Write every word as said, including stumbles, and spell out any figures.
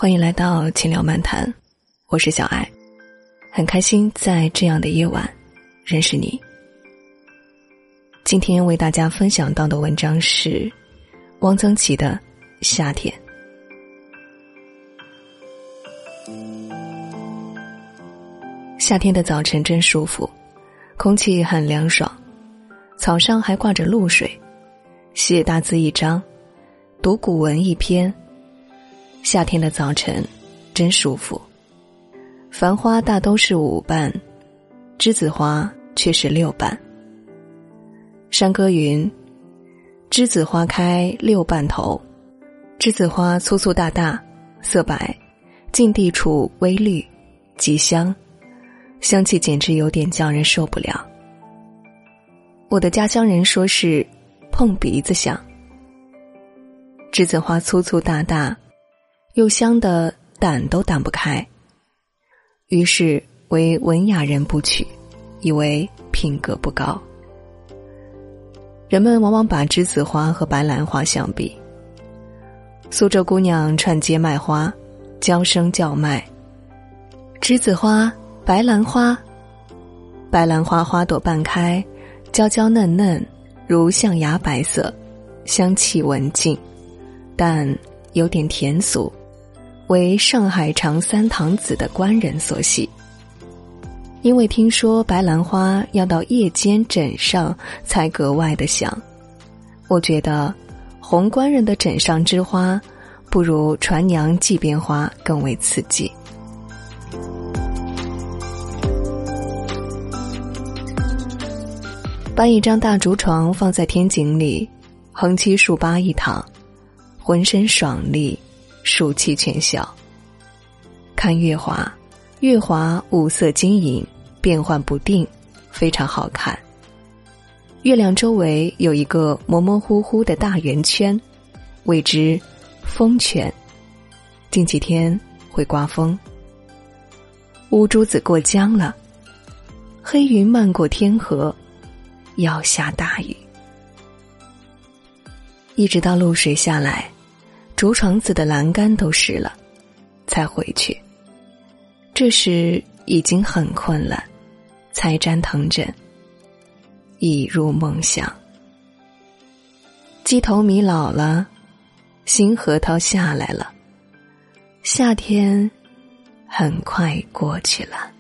欢迎来到轻聊漫谈，我是小爱，很开心在这样的夜晚认识你。今天为大家分享到的文章是汪曾祺的《夏天》。夏天的早晨真舒服，空气很凉爽，草上还挂着露水，写大字一张，读古文一篇。夏天的早晨真舒服。繁花大都是五瓣，栀子花却是六瓣。山歌云：栀子花开六瓣头，栀子花粗粗大大，色白，近地处微绿，极香，香气简直有点叫人受不了。我的家乡人说是碰鼻子香。栀子花粗粗大大，又香的掸都掸不开，于是为文雅人不取，以为品格不高。人们往往把栀子花和白兰花相比。苏州姑娘串街卖花，娇声叫卖：栀子花，白兰花。白兰花花朵半开，娇娇嫩嫩，如象牙白色，香气文静，但有点甜俗，为上海长三堂子的官人所喜。因为听说白兰花要到夜间枕上才格外的香，我觉得红官人的枕上之花不如船娘髻边花更为刺激。把一张大竹床放在天井里，横七竖八一躺，浑身爽利，暑气全消。看月华，月华五色晶莹，变幻不定，非常好看。月亮周围有一个模模糊糊的大圆圈，谓之风圈。近几天会刮风。乌珠子过江了，黑云漫过天河，要下大雨。一直到露水下来，竹床子的栏杆都湿了，才回去。这时已经很困了，才沾藤枕，已入梦乡。鸡头米老了，新核桃下来了，夏天很快过去了。